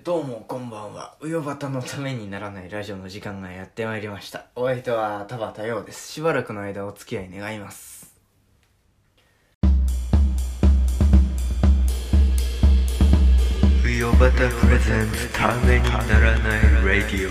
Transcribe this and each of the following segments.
どうもこんばんは。うよばたのためにならないラジオの時間がやってまいりました。お相手は田畑陽です。しばらくの間お付き合い願います。 うよばたプレゼンツためにならないラディオ。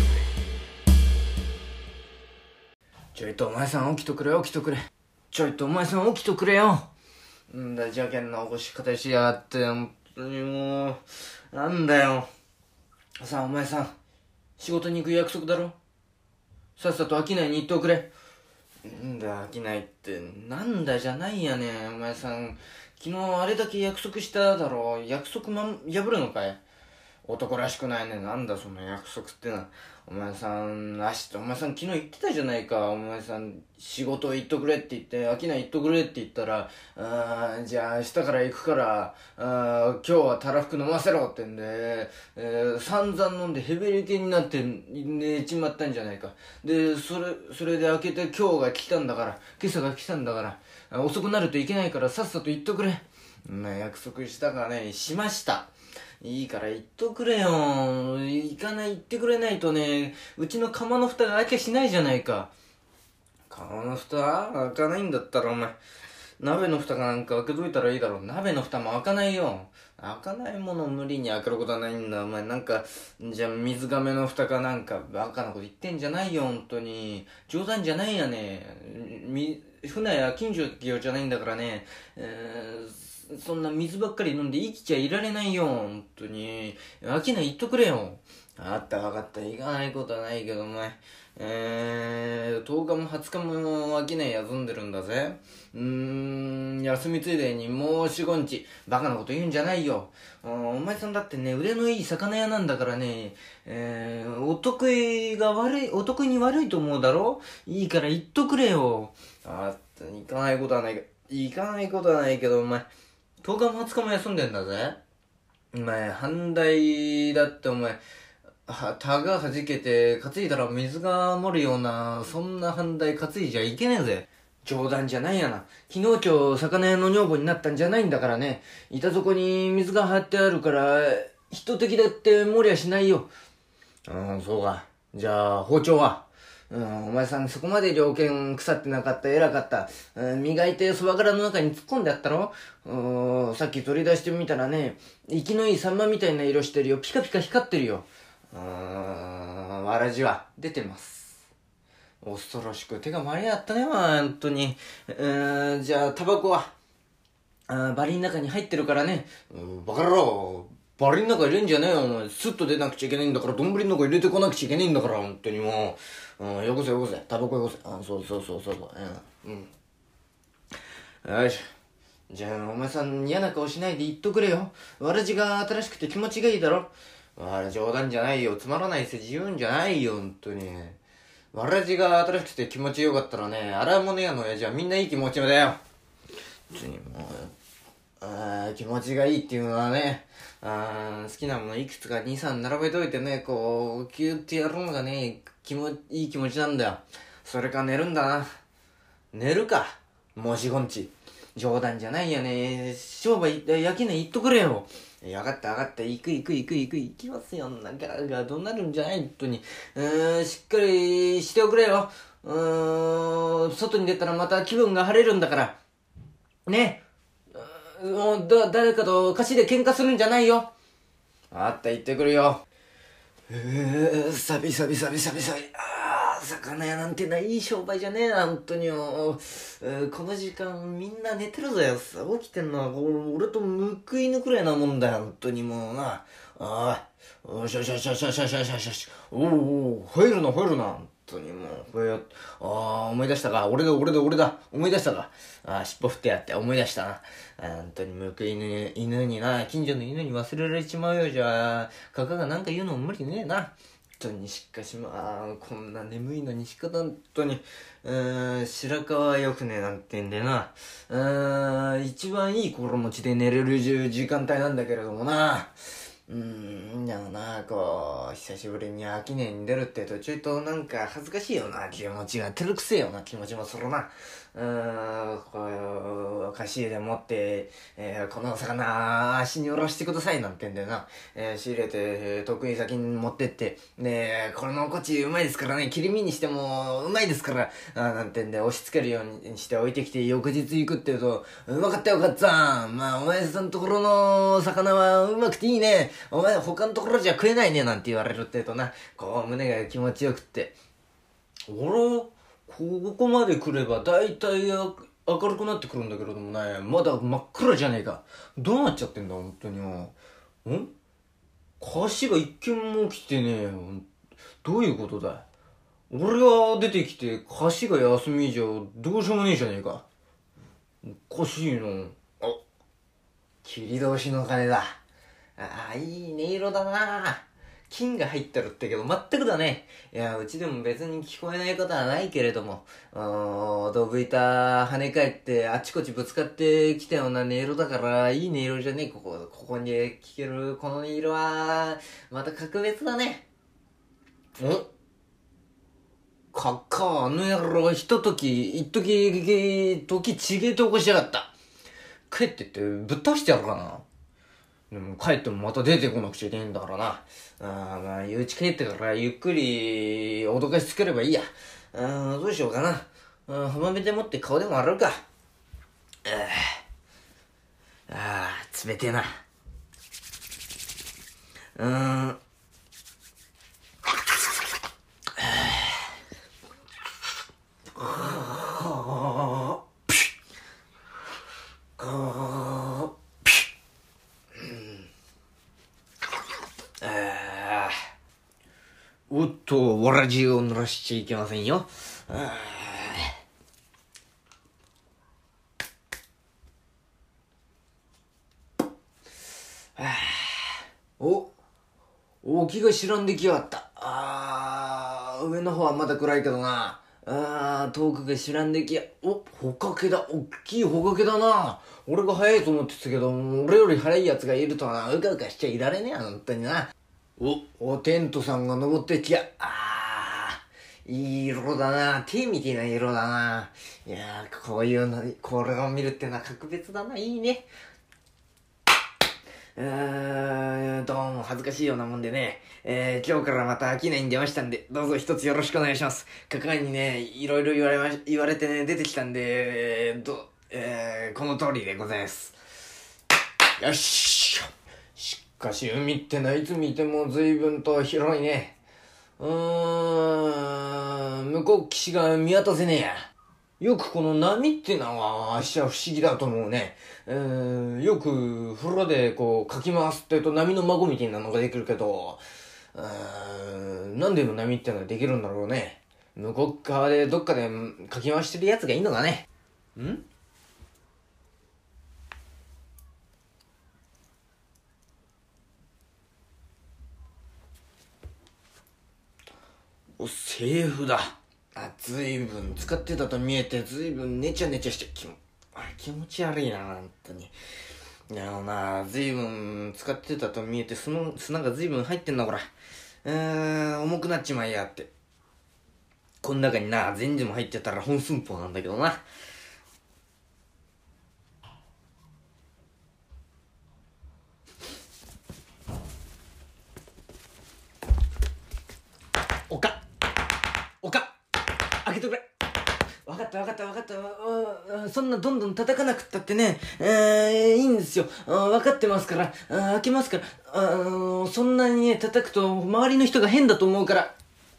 ちょいとお前さん起きとくれよ、起きとくれ。ちょいとお前さん起きとくれよ。んだ邪険な起こし方しやがって、本当にもう、なんだよ。さあお前さん、仕事に行く約束だろ。さっさと商いに行っておくれ。んだ商いって、なんだじゃないやね。お前さん、昨日あれだけ約束しただろ。約束破るのかい。男らしくないね。なんだその約束ってな。お前さん、お前さん昨日言ってたじゃないか。お前さん、仕事行っとくれって言って、商い行っとくれって言ったら、じゃあ明日から行くから、今日はたらふく飲ませろってんで、散々飲んでヘベレケになって寝ちまったんじゃないか。で、それで開けて今日が来たんだから、今朝が来たんだから、遅くなるといけないからさっさと言っとくれ。約束したかね、しました。いいから言っとくれよ。行ってくれないとね、うちの釜の蓋が開きゃしないじゃないか。釜の蓋開かないんだったらお前、鍋の蓋かなんか開けといたらいいだろう。鍋の蓋も開かないよ。開かないものを無理に開けることはないんだ。お前なんか、じゃあ水亀の蓋かなんかバカなこと言ってんじゃないよ、本当に。冗談じゃないやね。船や近所じゃないんだからね。そんな水ばっかり飲んで生きちゃいられないよ、本当に。飽きない言っとくれよ。あったわかった。行かないことはないけど、お前。10日も20日も飽きない休んでるんだぜ。休みついでにもう4、5日。バカなこと言うんじゃないよ。お前さんだってね、腕のいい魚屋なんだからね、お得意に悪いと思うだろ。いいから言っとくれよ。行かないことはないけど、お前、10日も20日も休んでんだぜ。お前、反対だってお前、田が弾けて担いだら水が漏るような、そんな反対担いじゃいけねえぜ。冗談じゃないやな。昨日今日魚屋の女房になったんじゃないんだからね。板底に水が張ってあるから、人的だって漏りゃしないよ。そうか。じゃあ、包丁はお前さんそこまで猟犬腐ってなかった、偉かった。磨いてそば殻の中に突っ込んであったろ。さっき取り出してみたらね、生きのいいサンマみたいな色してるよ。ピカピカ光ってるよ。わらじは出てます。恐ろしく手が回り合ったね、本当に。じゃあ、タバコはバリの中に入ってるからね。バカ野郎。バリの中入れんじゃねえよ、お前。スッと出なくちゃいけないんだから、丼の中入れてこなくちゃいけないんだから、本当にもう。よこせ。タバコよこせ。そう。よし。じゃあ、お前さん嫌な顔しないで言っとくれよ。わらじが新しくて気持ちがいいだろ。冗談じゃないよ。つまらないせ言うんじゃないよ、本当に。わらじが新しくて気持ちよかったらね、洗い物屋の親父はみんないい気持ちだよ。本当にもう、気持ちがいいっていうのはね、好きなものいくつか2、3並べといてね、こう、キューってやるのがね、いい気持ちなんだよ。それか寝るんだな。寝るか。もう4、5日。冗談じゃないよね。商売、焼きね言っとくれよ。わかった。行きますよ。なんか、どうなるんじゃない本当に。しっかりしておくれよ。外に出たらまた気分が晴れるんだから。ね。誰かと貸しで喧嘩するんじゃないよ。あった、行ってくるよ。サビ。魚屋なんていい商売じゃねえな、本当によ。この時間みんな寝てるぜ。起きてんのは俺と報いぬくらいなもんだよ、本当にもうな。よし。入るな、本当にもう。思い出したか。俺だ。思い出したか。尻尾振ってやって思い出したな。本当に報いぬ犬にな、近所の犬に忘れられちまうよ。じゃあ、かかがなんか言うのも無理ねえな。本当にこんな眠いのに本当に、白川よくねなんてんでな、一番いい心持ちで寝れる時間帯なんだけれどもな、でもな、 久しぶりに秋音に出るってとちょいとなんか恥ずかしいよな気持ちが、照れくせえよな気持ちもするな。こういうお菓子でもって、この魚足におろしてくださいなんてんだよな。仕入れて得意先に持ってって、これのこっちうまいですからね、切り身にしてもうまいですから、なんてんで押し付けるようにして置いてきて翌日行くって言うと、うまかったよかっさん。まあお前さんのところの魚はうまくていいね。お前他のところじゃ食えないねなんて言われるって言うとな、こう胸が気持ちよくって。俺、ここまで来ればだいたい明るくなってくるんだけれどもね、まだ真っ暗じゃねえか。どうなっちゃってんだ本当にもう。歌詞が一件も来てねえよ。どういうことだ。俺が出てきて歌詞が休みじゃどうしようもねえじゃねえか。おかしいの。切り通しの鐘だ。いい音色だな。金が入ってるってけど全くだね。いや、うちでも別に聞こえないことはないけれども、ドブ板跳ね返ってあちこちぶつかってきたような音色だから、いい音色じゃねえ。ここに聞けるこの音色は、また格別だね。あの野郎、一時ちげえと起こしやがった。帰ってってぶっ倒してやるかな。でも帰ってもまた出てこなくちゃいけないんだからな。まあ、家帰ってからゆっくり脅かしつければいいや。どうしようかな。浜辺でもって顔でも洗うか。冷てえな。おっと、わらじを濡らしちゃいけませんよ。気が知らんできやがった。上の方はまだ暗いけどな。遠くが知らんできや。ホカケだ。おっきいホカケだな。俺が早いと思ってたけど、俺より早い奴がいるとはな、うかうかしちゃいられねえや、本当にな。テントさんが登ってきや。いい色だな。手みてえな色だな。いやー、こういうの、これを見るってのは格別だな。いいね。どうも恥ずかしいようなもんでね、今日からまた商いに出ましたんで、どうぞ一つよろしくお願いします。係にね、いろいろ言われてね、出てきたんで、この通りでございます。よしかし海ってのはいつ見ても随分と広いね。向こう岸が見渡せねえや。よくこの波ってのはあっしは不思議だと思うね。よく風呂でこうかき回すってと波の孫みたいなのができるけど、なんで波ってのができるんだろうね。向こう側でどっかでかき回してるやつがいいのかね。セーフだ。ずいぶん使ってたと見えて、ずいぶんネチャネチャして気持ち悪いな、本当に。ずいぶん使ってたと見えて、砂がずいぶん入ってんな、こら。重くなっちまいやって。こん中にな、全部も入ってたら本寸法なんだけどな。開けてくれ。わかった。そんなどんどん叩かなくったってね、いいんですよ。わかってますから、開けますから、そんなにね、叩くと周りの人が変だと思うから。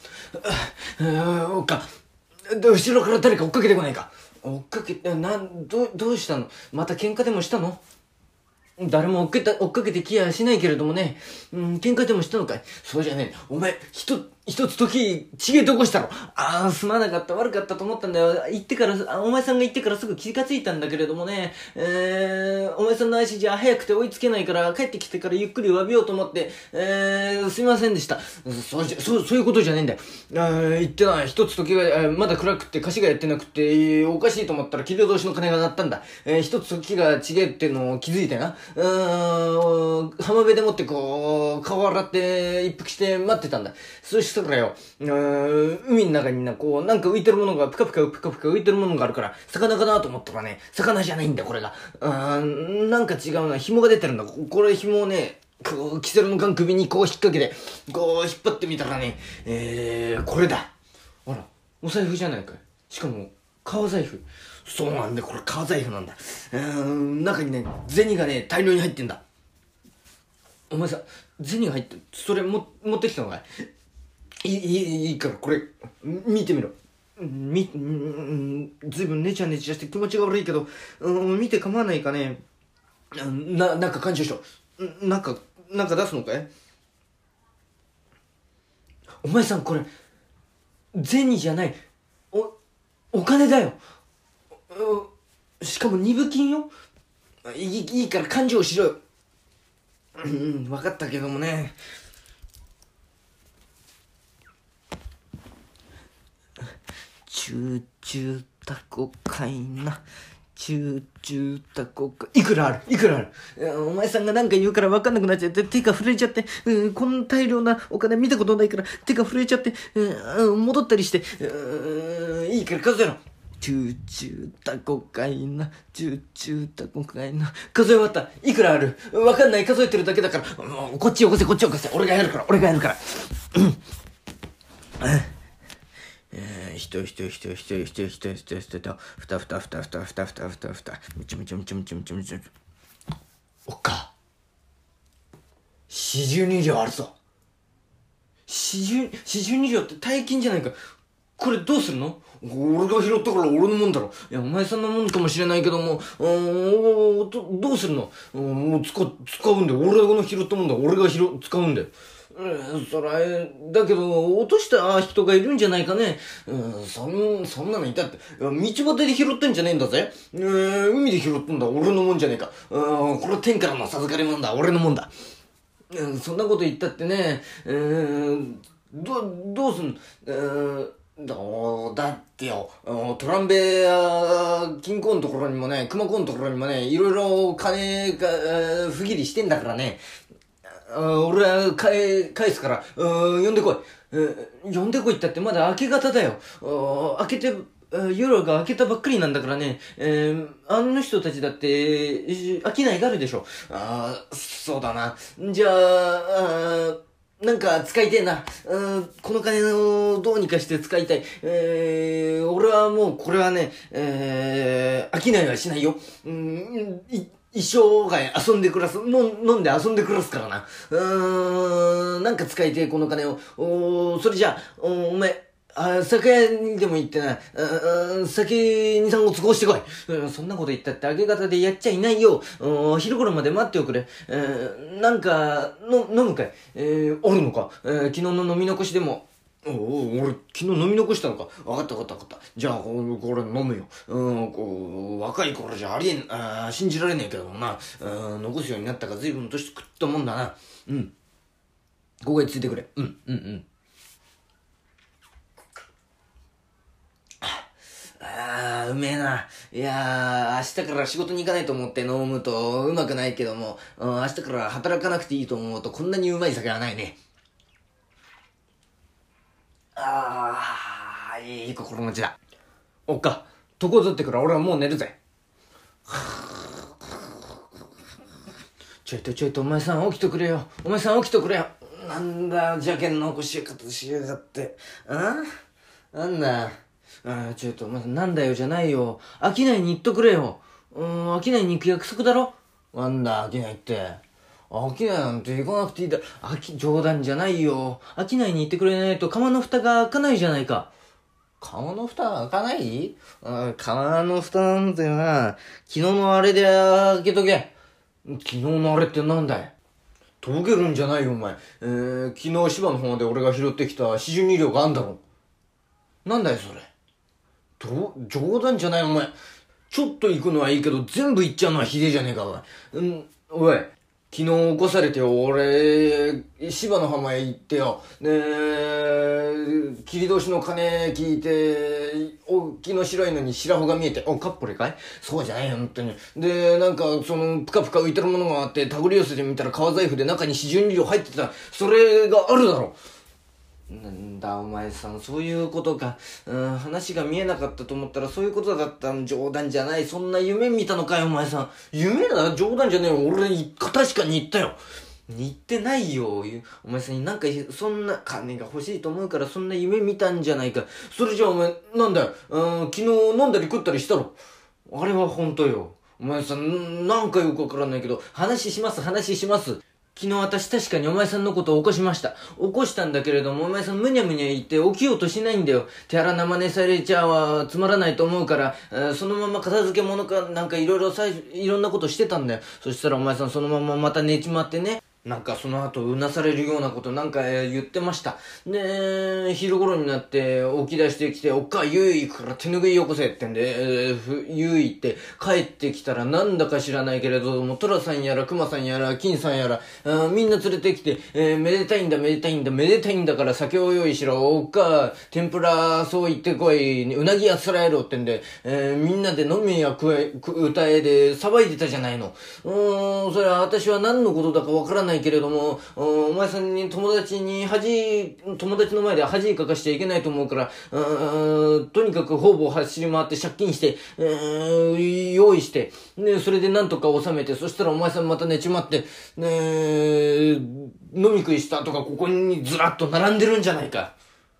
後ろから誰か追っかけてこないか。どうしたの？また喧嘩でもしたの？誰も追っかけてきやしないけれどもね、喧嘩でもしたのかい？そうじゃねえ。お前、 一つ時、ちげえどこしたろ。すまなかった、悪かったと思ったんだよ。お前さんが言ってからすぐ気がついたんだけれどもね、お前さんの足じゃ早くて追いつけないから、帰ってきてからゆっくり詫びようと思って、すいませんでした。そういうことじゃねえんだよ。言ってない。一つ時が、まだ暗くって、歌詞がやってなくて、おかしいと思ったら、切り通しの鐘が鳴ったんだ。一つ時がちげえっていうのを気づいてな。浜辺でもってこう、顔洗って一服して待ってたんだ。そしたらよ、海の中にこう、なんか浮いてるものが、ぷかぷか浮いてるものがあるから、魚かなと思ったらね、魚じゃないんだ、これが。なんか違うな、紐が出てるんだ。これ紐をね、こう、キセルの缶首にこう引っ掛けて、こう引っ張ってみたらね、これだ。ほら、お財布じゃないかい。しかも、革財布。そうなんだ、これ革財布なんだ。中にね、銭がね、大量に入ってんだ。お前さ、銭が入って、それ持ってきたのかい？いいから、これ、見てみろ。ずいぶんネチャネチャして気持ちが悪いけど、見て構わないかね。なんか感じでしょ。なんか出すのかい？お前さん、これ、銭じゃない。お金だよ。しかも二分金よ。いいから勘定しろよ。分かったけどもね。チューチュータコかいな。チューチュータコか。いくらある。お前さんが何か言うから分かんなくなっちゃって、手が震えちゃって、こんな大量なお金見たことないから、手が震えちゃって、戻ったりして、いいから数えろ。チューチュータコかいな。チューチュータコかいな。数え終わった。いくらある？分かんない。数えてるだけだから。こっちよこせ。俺がやるから。ひと、むちゃ。おっか。42両あるぞ。42両って大金じゃないか。これどうするの？俺が拾ったから俺のもんだろ。いや、お前さんのもんかもしれないけども、どうするの？使うんだよ。俺が拾ったもんだ。俺が使うんだよ。だけど、落とした人がいるんじゃないかね。そんなのいたって。道端で拾ってんじゃねえんだぜ。海で拾ったんだ。俺のもんじゃねえか。これは天からの授かりもんだ。俺のもんだ。そんなこと言ったってね、どうすんだってよ、トランベや金庫のところにもね、熊子のところにもね、いろいろ金が、不義理してんだからね。俺は返すから、呼んでこい。呼んでこいったってまだ明け方だよ。夜が明けたばっかりなんだからね。あの人たちだって、飽きないがあるでしょ。そうだな。じゃあ、なんか使いてえな。この金をどうにかして使いたい。俺はもうこれはね、飽きないはしないよ。一生涯遊んで暮らす。飲んで遊んで暮らすからな。なんか使いてえ、この金を。それじゃあ、お前、酒屋にでも行ってな、酒2、3個都合してこい。そんなこと言ったって明け方でやっちゃいないよ。昼頃まで待っておくれ。なんか、飲むかい？あるのか？昨日の飲み残しでも。俺、昨日飲み残したのか。わかった。じゃあ、これ飲むよ。若い頃じゃ信じられねえけどもな。残すようになったから随分年食ったもんだな。ここへついてくれ。うめえな。いやー、明日から仕事に行かないと思って飲むとうまくないけども、明日から働かなくていいと思うとこんなにうまい酒はないね。いい心持ちだ。おっか、床取ってくら俺はもう寝るぜ。ちょいとお前さん起きとくれよ。なんだよ、邪険な起こし方しやがって。なんだ。ちょいとお前さん、なんだよじゃないよ。商いに行っとくれよ。商いに行く約束だろ。なんだ、商いって。商いなんて行かなくていいだ。冗談じゃないよ。商いに行ってくれないと釜の蓋が開かないじゃないか。釜の蓋開かない？釜の蓋なんてな、昨日のあれで開けとけ。昨日のあれってなんだい？ とぼけるんじゃないよお前。昨日芝の方で俺が拾ってきた四十二両があんだろ。なんだよそれ。冗談じゃないお前。ちょっと行くのはいいけど全部行っちゃうのはひでえじゃねえかおい。おい、昨日起こされてよ、俺、芝の浜へ行ってよ。切り通しの鐘聞いて、大きの白いのに白穂が見えて、カッポレかい？そうじゃないよ、本当に。で、なんか、ぷかぷか浮いてるものがあって、手繰り寄せてみたら革財布で中に四十二両入ってた。それがあるだろ。なんだお前さん、そういうことか。話が見えなかったと思ったらそういうことだったの。冗談じゃない。そんな夢見たのかよお前さん。夢だ？冗談じゃねえよ。俺確かに言ったよ。言ってないよ。お前さんなんかそんな金が欲しいと思うからそんな夢見たんじゃないか。それじゃあお前なんだよ。昨日飲んだり食ったりしたろ。あれは本当よ。お前さんなんかよくわからないけど話します。昨日私確かにお前さんのことを起こしました。起こしたんだけれども、お前さんむにゃむにゃ言って起きようとしないんだよ。手荒な真似されちゃはつまらないと思うから、そのまま片付け物かなんかいろんなことしてたんだよ。そしたらお前さんそのまままた寝ちまってね。なんかその後うなされるようなことなんか言ってました。で、昼頃になって起き出してきて、おっかゆい行くから手拭いよこせってんで、ゆいって帰ってきたらなんだか知らないけれども、トラさんやらクマさんやら金さんやら、みんな連れてきて、めでたいんだから酒を用意しろ、おっか天ぷらそう言ってこい、うなぎやつらえろってんで、みんなで飲みや歌えで騒いでたじゃないの。それは私は何のことだかわからないけれども、お前さんに友達の前で恥かかしちゃいけないと思うから、とにかく方々走り回って借金して、用意して、ね、それでなんとか収めて、そしたらお前さんまた寝ちまって、ね、飲み食いしたとかここにずらっと並んでるんじゃないか。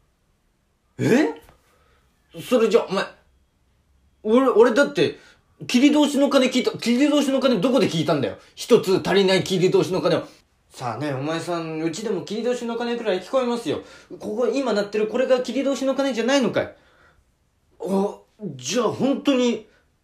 それじゃ、お前、俺だって、切り通しの金どこで聞いたんだよ。一つ足りない切り通しの金を。さあね、お前さん、うちでも切り通しの金くらい聞こえますよ。ここ、今鳴ってるこれが切り通しの金じゃないのかい？じゃあ本当に、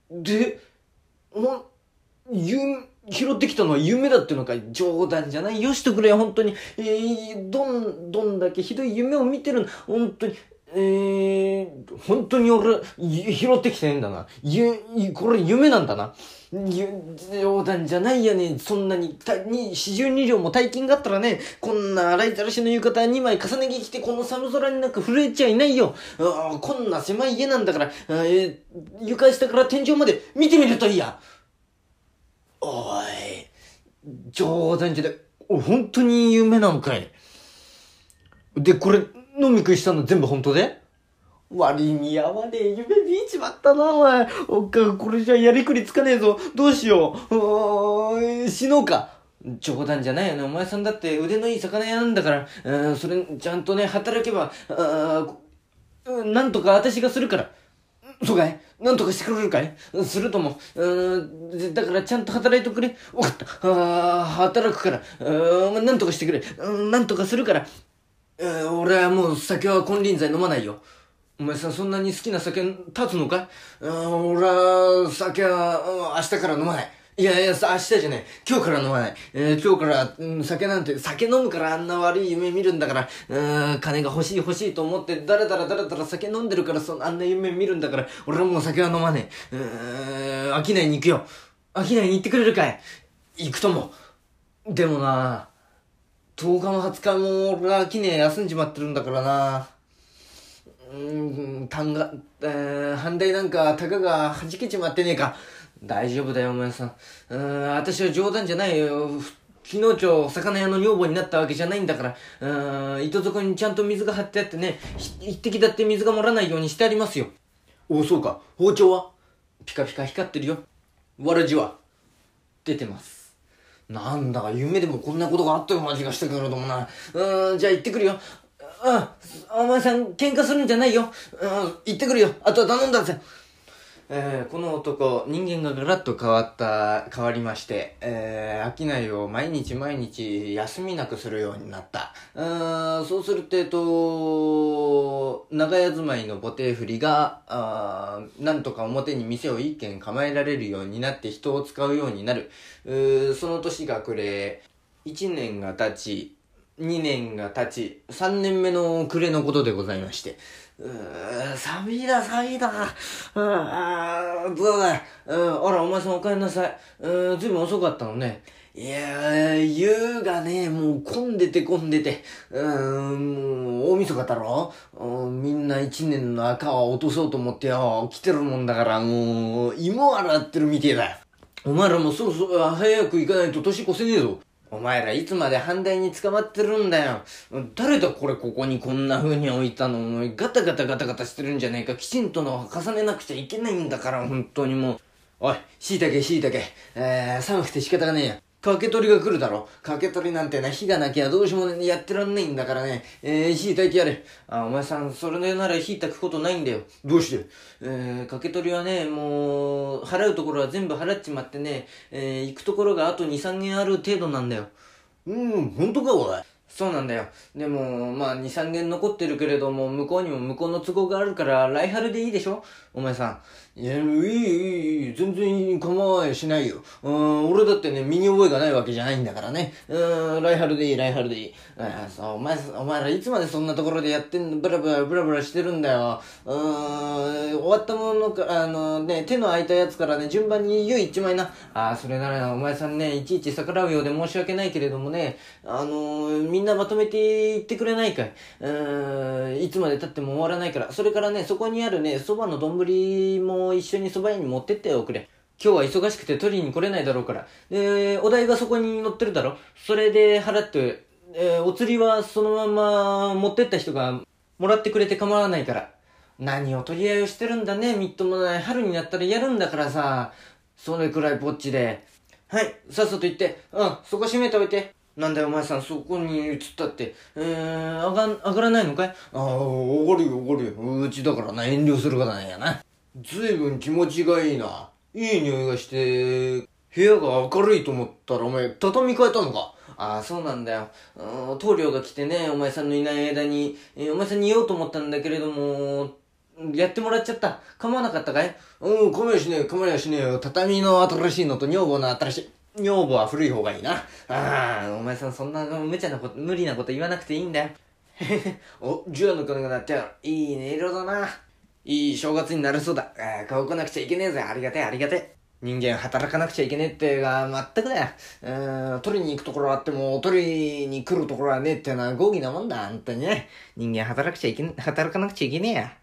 拾ってきたのは夢だってのかい？冗談じゃないよしてくれよ、本当に。どんだけひどい夢を見てるの、本当に。本当に俺、拾ってきてねえんだな。これ夢なんだな。冗談じゃないやね。そんなに、四十二両も大金があったらね、こんな洗いざらしの浴衣2枚重ね着着てこの寒空になんか震えちゃいないよ。こんな狭い家なんだから、床下から天井まで見てみるといいや。おい、冗談じゃない。本当に夢なのかい？で、これ、飲み食いしたの全部本当で？割に合わねえ夢見ちまったな、お前。おっか、これじゃやりくりつかねえぞ。どうしよう。死のうか。冗談じゃないよね。お前さんだって腕のいい魚屋なんだから、それ、ちゃんとね、働けば、なんとか私がするから。そうかい？なんとかしてくれるかい？するとも。だからちゃんと働いてくれ。わかった。働くから。なんとかしてくれ。なんとかするから。俺はもう酒は金輪際飲まないよ。お前さんそんなに好きな酒立つのか？俺は酒は明日から飲まない。いや、明日じゃねえ。今日から飲まない。今日から、酒飲むからあんな悪い夢見るんだから、金が欲しいと思って、だらだら酒飲んでるから、あんな夢見るんだから、俺はもう酒は飲まねえ。商いに行くよ。商いに行ってくれるかい？行くとも。でもな、10日も20日も俺は商い休んじまってるんだからな。半代なんか、たかが弾けちまってねえか。大丈夫だよ、お前さん。私は冗談じゃないよ。昨日魚屋の女房になったわけじゃないんだから、糸底にちゃんと水が張ってあってね、一滴だって水が漏らないようにしてありますよ。そうか。包丁はピカピカ光ってるよ。わらじは出てます。なんだか夢でもこんなことがあったような気がしたけれどもな。じゃあ行ってくるよ。お前さん喧嘩するんじゃないよ。行ってくるよ。あとは頼んだぜ。この男、人間がガラッと変わりまして、商いを毎日休みなくするようになった。そうすると、長屋住まいのボテ振りが、なんとか表に店を一軒構えられるようになって人を使うようになる。その年が暮れ、 1年が経ち、2年が経ち、3年目の暮れのことでございまして。寒いだ。どうだ。あら、お前さんお帰りなさい。ずいぶん遅かったのね。いやー、夕がね、もう混んでて。もう、大晦日だろ。みんな1年の赤を落とそうと思ってよ、来てるもんだから、もう、芋洗ってるみてえだよ。お前らもそろそろ早く行かないと年越せねえぞ。お前らいつまで反対に捕まってるんだよ。誰だこれここにこんな風に置いたの。ガタガタしてるんじゃねえか。きちんとの重ねなくちゃいけないんだから、本当にもう。おい、椎茸。寒くて仕方がねえや。掛け取りが来るだろ。掛け取りなんてな、火がなきゃどうしもやってらんないんだからね。火焚いてやれ。お前さん、それなら火焚くことないんだよ。どうして？掛け取りはね、もう、払うところは全部払っちまってね、行くところがあと2、3軒ある程度なんだよ。本当か、おい。そうなんだよ。でも、まあ、2、3軒残ってるけれども、向こうにも向こうの都合があるから、来春でいいでしょ？お前さん。いや、いい。全然構わしないよ。俺だってね、身に覚えがないわけじゃないんだからね。来春でいい。お前らいつまでそんなところでやってんの、ブラブラしてるんだよ。終わったものか、手の空いたやつからね、順番に言う一枚な。それならお前さんね、いちいち逆らうようで申し訳ないけれどもね、みんなまとめて言ってくれないかい。いつまで経っても終わらないから。それからね、そこにあるね、蕎麦の丼も一緒に蕎麦屋に持ってっておくれ。今日は忙しくて取りに来れないだろうから。お代がそこに載ってるだろ。それで払って、お釣りはそのまま持ってった人がもらってくれて構わないから。何を取り合いをしてるんだね、みっともない。春になったらやるんだからさ。それくらいぼっちで。はい、さっさと行って。そこ閉めておいて。なんだよお前さん、そこに移ったって。上がらないのかい？上がるよ。うちだからな、遠慮することないやな。ずいぶん気持ちがいいな。いい匂いがして、部屋が明るいと思ったらお前、畳み替えたのか？そうなんだよ。棟梁が来てね、お前さんのいない間に、お前さんに言おうと思ったんだけれども、やってもらっちゃった。構わなかったかい？構やしねえよ。畳の新しいのと女房の新しい。女房は古い方がいいな。お前さんそんな無理なこと言わなくていいんだよ。じゃあの金が鳴ってやる。いい音色だな。いい正月になれそうだ。顔来なくちゃいけねえぜ。ありがてえ。人間働かなくちゃいけねえってが、まったくだよ。取りに行くところあっても、取りに来るところはねえってのは合議なもんだ、本当にね。人間働かなくちゃいけねえや。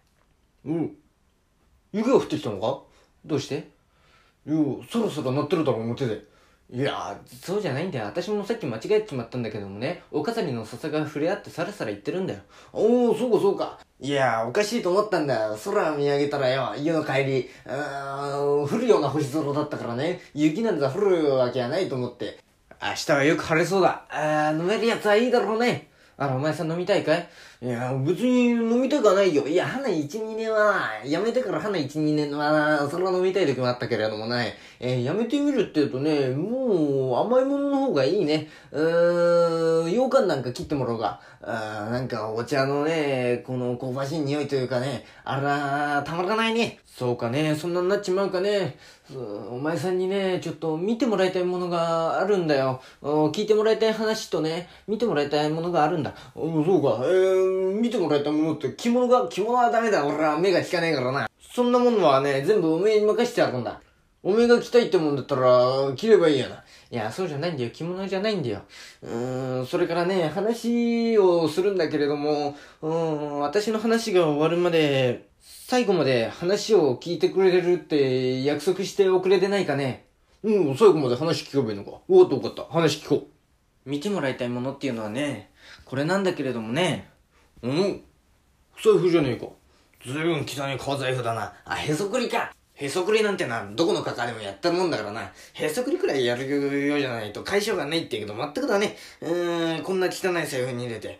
雪が降ってきたのか？どうして？そろそろ鳴ってるだろ、表で。いやそうじゃないんだよ。私もさっき間違えちまったんだけどもね、お飾りの笹が触れ合ってさらさら言ってるんだよ。そうか。いやおかしいと思ったんだよ。空見上げたらよ、家の帰り、降るような星空だったからね、雪なんざ降るわけはないと思って。明日はよく晴れそうだ。飲めるやつはいいだろうね。お前さん飲みたいかい？いや、別に飲みたくはないよ。いや、花1、2年は、やめてから花1、2年は、それは飲みたい時もあったけれどもね、やめてみるって言うとね、もう、甘いものの方がいいね。羊羹なんか切ってもらおうか。なんかお茶のね、この香ばしい匂いというかね、あら、たまらないね。そうかね、そんなになっちまうかね。お前さんにね、ちょっと見てもらいたいものがあるんだよ。聞いてもらいたい話とね、見てもらいたいものがあるんだ。そうか。見てもらいたいものって、着物はダメだ。俺は目が利かねえからな。そんなものはね、全部おめえに任してやるんだ。おめえが着たいってもんだったら、着ればいいやな。いや、そうじゃないんだよ。着物じゃないんだよ。それからね、話をするんだけれども、私の話が終わるまで、最後まで話を聞いてくれるって約束しておくれてないかね。最後まで話聞けばいいのか。わかった。話聞こう。見てもらいたいものっていうのはね、これなんだけれどもね。財布じゃねえか。ずいぶん汚い革財布だな。へそくりか。へそくりなんてな、どこのカカでもやったもんだからな。へそくりくらいやるようじゃないと解消がないって言うけど、全くだね。こんな汚い財布に入れて。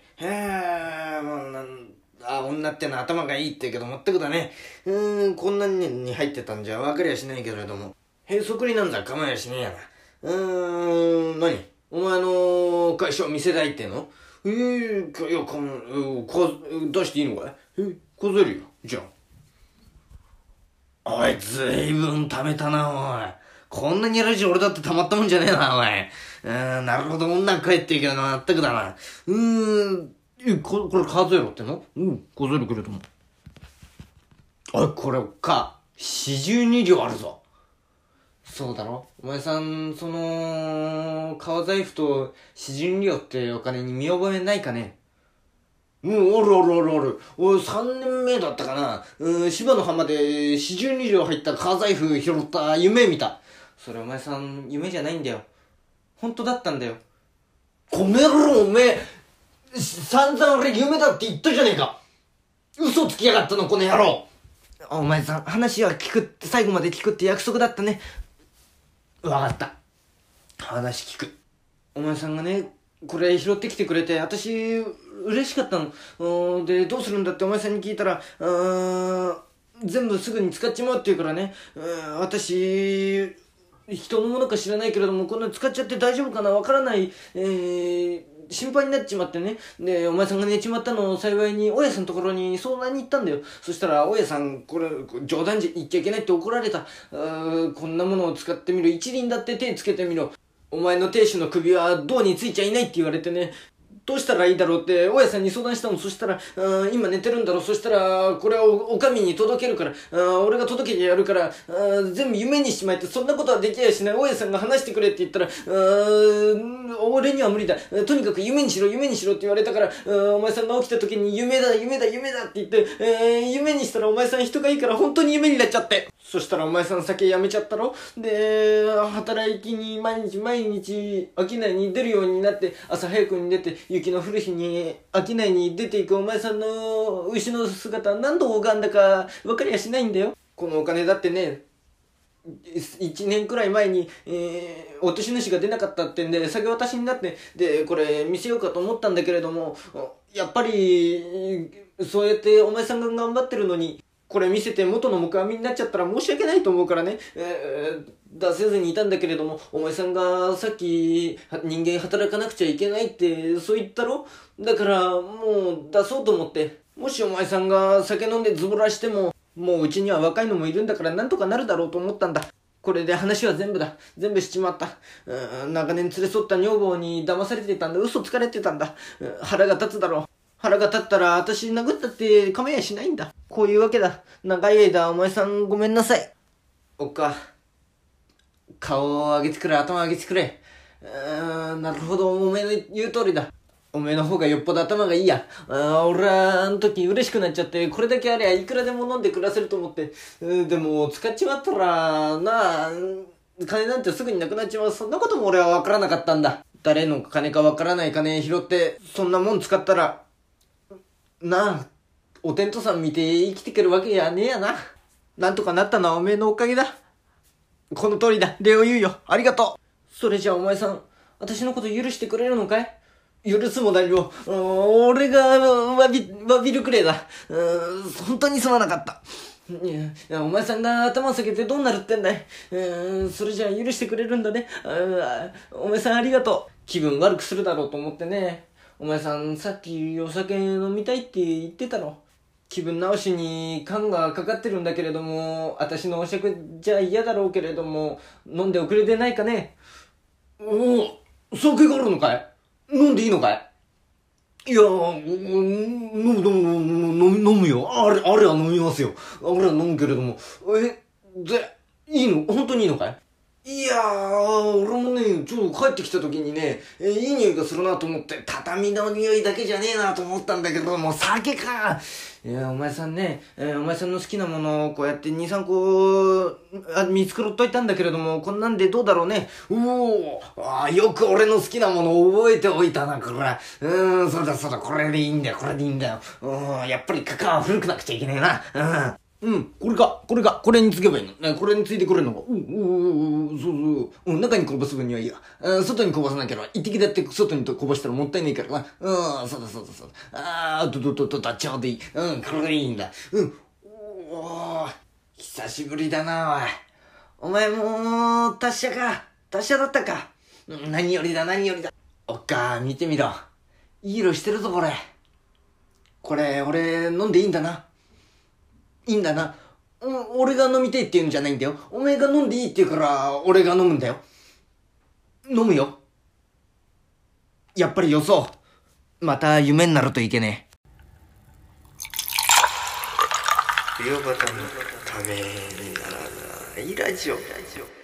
女ってのは頭がいいって言うけど、全くだね。こんなに入ってたんじゃ分かりゃしないけれども。へそくりなんざ構えやしねえやな。何？お前の会社を見せたいっての？出していいのかい？数えるよ、じゃあ。おい、ずいぶん貯めたな、おい。こんなにやるじゃ俺だってたまったもんじゃねえな、おい。 なるほど、女帰っていけどな、全くだな。これ数えろっての？数えるけれども。これ42両あるぞ。そうだろ？お前さん、革財布と42両ってお金に見覚えないかね？ある。俺3年目だったかな。芝の浜で42両入った革財布拾った夢見た。それお前さん、夢じゃないんだよ。本当だったんだよ。こめろ、おめえ。散々俺夢だって言ったじゃねえか。嘘つきやがったの、この野郎。お前さん、話は聞くって、最後まで聞くって約束だったね。わかった。話聞く。お前さんがね、これ拾ってきてくれて、私、嬉しかったの。で、どうするんだってお前さんに聞いたら、全部すぐに使っちまうって言うからね、私、人のものか知らないけれども、こんな使っちゃって大丈夫かなわからない、心配になっちまってね。で、お前さんが寝ちまったのを幸いに、大家さんのところに相談に行ったんだよ。そしたら、大家さん、これ、冗談じゃ言っちゃいけないって怒られた。こんなものを使ってみろ。一輪だって手つけてみろ。お前の亭主の首は銅についちゃいないって言われてね。どうしたらいいだろうって大家さんに相談したの。そしたら今寝てるんだろう。そしたらこれをお上に届けるから俺が届けてやるから全部夢にしちまえって。そんなことはできやしない。大家さんが話してくれって言ったら俺には無理だ。とにかく夢にしろって言われたからお前さんが起きた時に夢だって言って夢にしたらお前さん人がいいから本当に夢になっちゃって。そしたらお前さん酒やめちゃったろ。で働きに毎日商いに出るようになって、朝早くに出て雪の降る日に商いに出ていくお前さんの牛の姿何度拝んだか分かりやしないんだよ。このお金だってね、1年くらい前に、落とし主が出なかったってんで酒渡しになって、でこれ見せようかと思ったんだけれども、やっぱりそうやってお前さんが頑張ってるのにこれ見せて元の木阿弥になっちゃったら申し訳ないと思うからね、出せずにいたんだけれども、お前さんがさっき人間働かなくちゃいけないってそう言ったろ。だからもう出そうと思って。もしお前さんが酒飲んでズボラしても、もううちには若いのもいるんだからなんとかなるだろうと思ったんだ。これで話は全部しちまった。長年連れ添った女房に騙されてたんだ。嘘つかれてたんだ。腹が立つだろう。腹が立ったら私殴ったって構えやしないんだ。こういうわけだ。長い間お前さんごめんなさい。おっか、顔を上げてくれ、頭上げてくれ。なるほど、おめえの言う通りだ。おめえの方がよっぽど頭がいいや。俺はあの時嬉しくなっちゃって、これだけありゃいくらでも飲んで暮らせると思って。でも使っちまったらなあ、金なんてすぐになくなっちまう。そんなことも俺は分からなかったんだ。誰の金か分からない金拾ってそんなもん使ったらなあ、お天道さん見て生きてけるわけやねえやな。なんとかなったのはおめえのおかげだ。この通りだ。礼を言うよ。ありがとう。それじゃあお前さん、私のこと許してくれるのかい？許すも何も、俺がわびるくれえだ。本当にすまなかった。いや、お前さんが頭下げてどうなるってんだい。それじゃあ許してくれるんだね。お前さんありがとう。気分悪くするだろうと思ってね。お前さんさっきお酒飲みたいって言ってたろ。気分直しに缶がかかってるんだけれども、私のお酌じゃ嫌だろうけれども、飲んでおくれでないかね。酒があるのかい？飲んでいいのかい？いや飲むよ。あれは飲みますよ。あれは飲むけれども。いいの？本当にいいのかい？いや俺もね、ちょっと帰ってきた時にね、いい匂いがするなと思って、畳の匂いだけじゃねえなと思ったんだけども、酒か。いや、お前さんね、お前さんの好きなものをこうやって2、3個、見繕っといたんだけれども、こんなんでどうだろうね。よく俺の好きなものを覚えておいたな、これ。そうだ、これでいいんだよ。やっぱりカカは古くなくちゃいけねえな。これにつけばいいの。これについてくれるのか。中にこぼす分にはいいや。外にこぼさなきゃな。一滴だって外にこぼしたらもったいないからな。そうだ。ちょうどいい。これがいいんだ。久しぶりだな、おい。お前も達者か。達者だったか。何よりだ。おっか、見てみろ。いい色してるぞ、これ。これ、俺、飲んでいいんだな。いいんだな。俺が飲みたいって言うんじゃないんだよ。お前が飲んでいいって言うから、俺が飲むんだよ。飲むよ。 やっぱりよそう。また夢になるといけねえ。 冬バタのためにならないラジオ。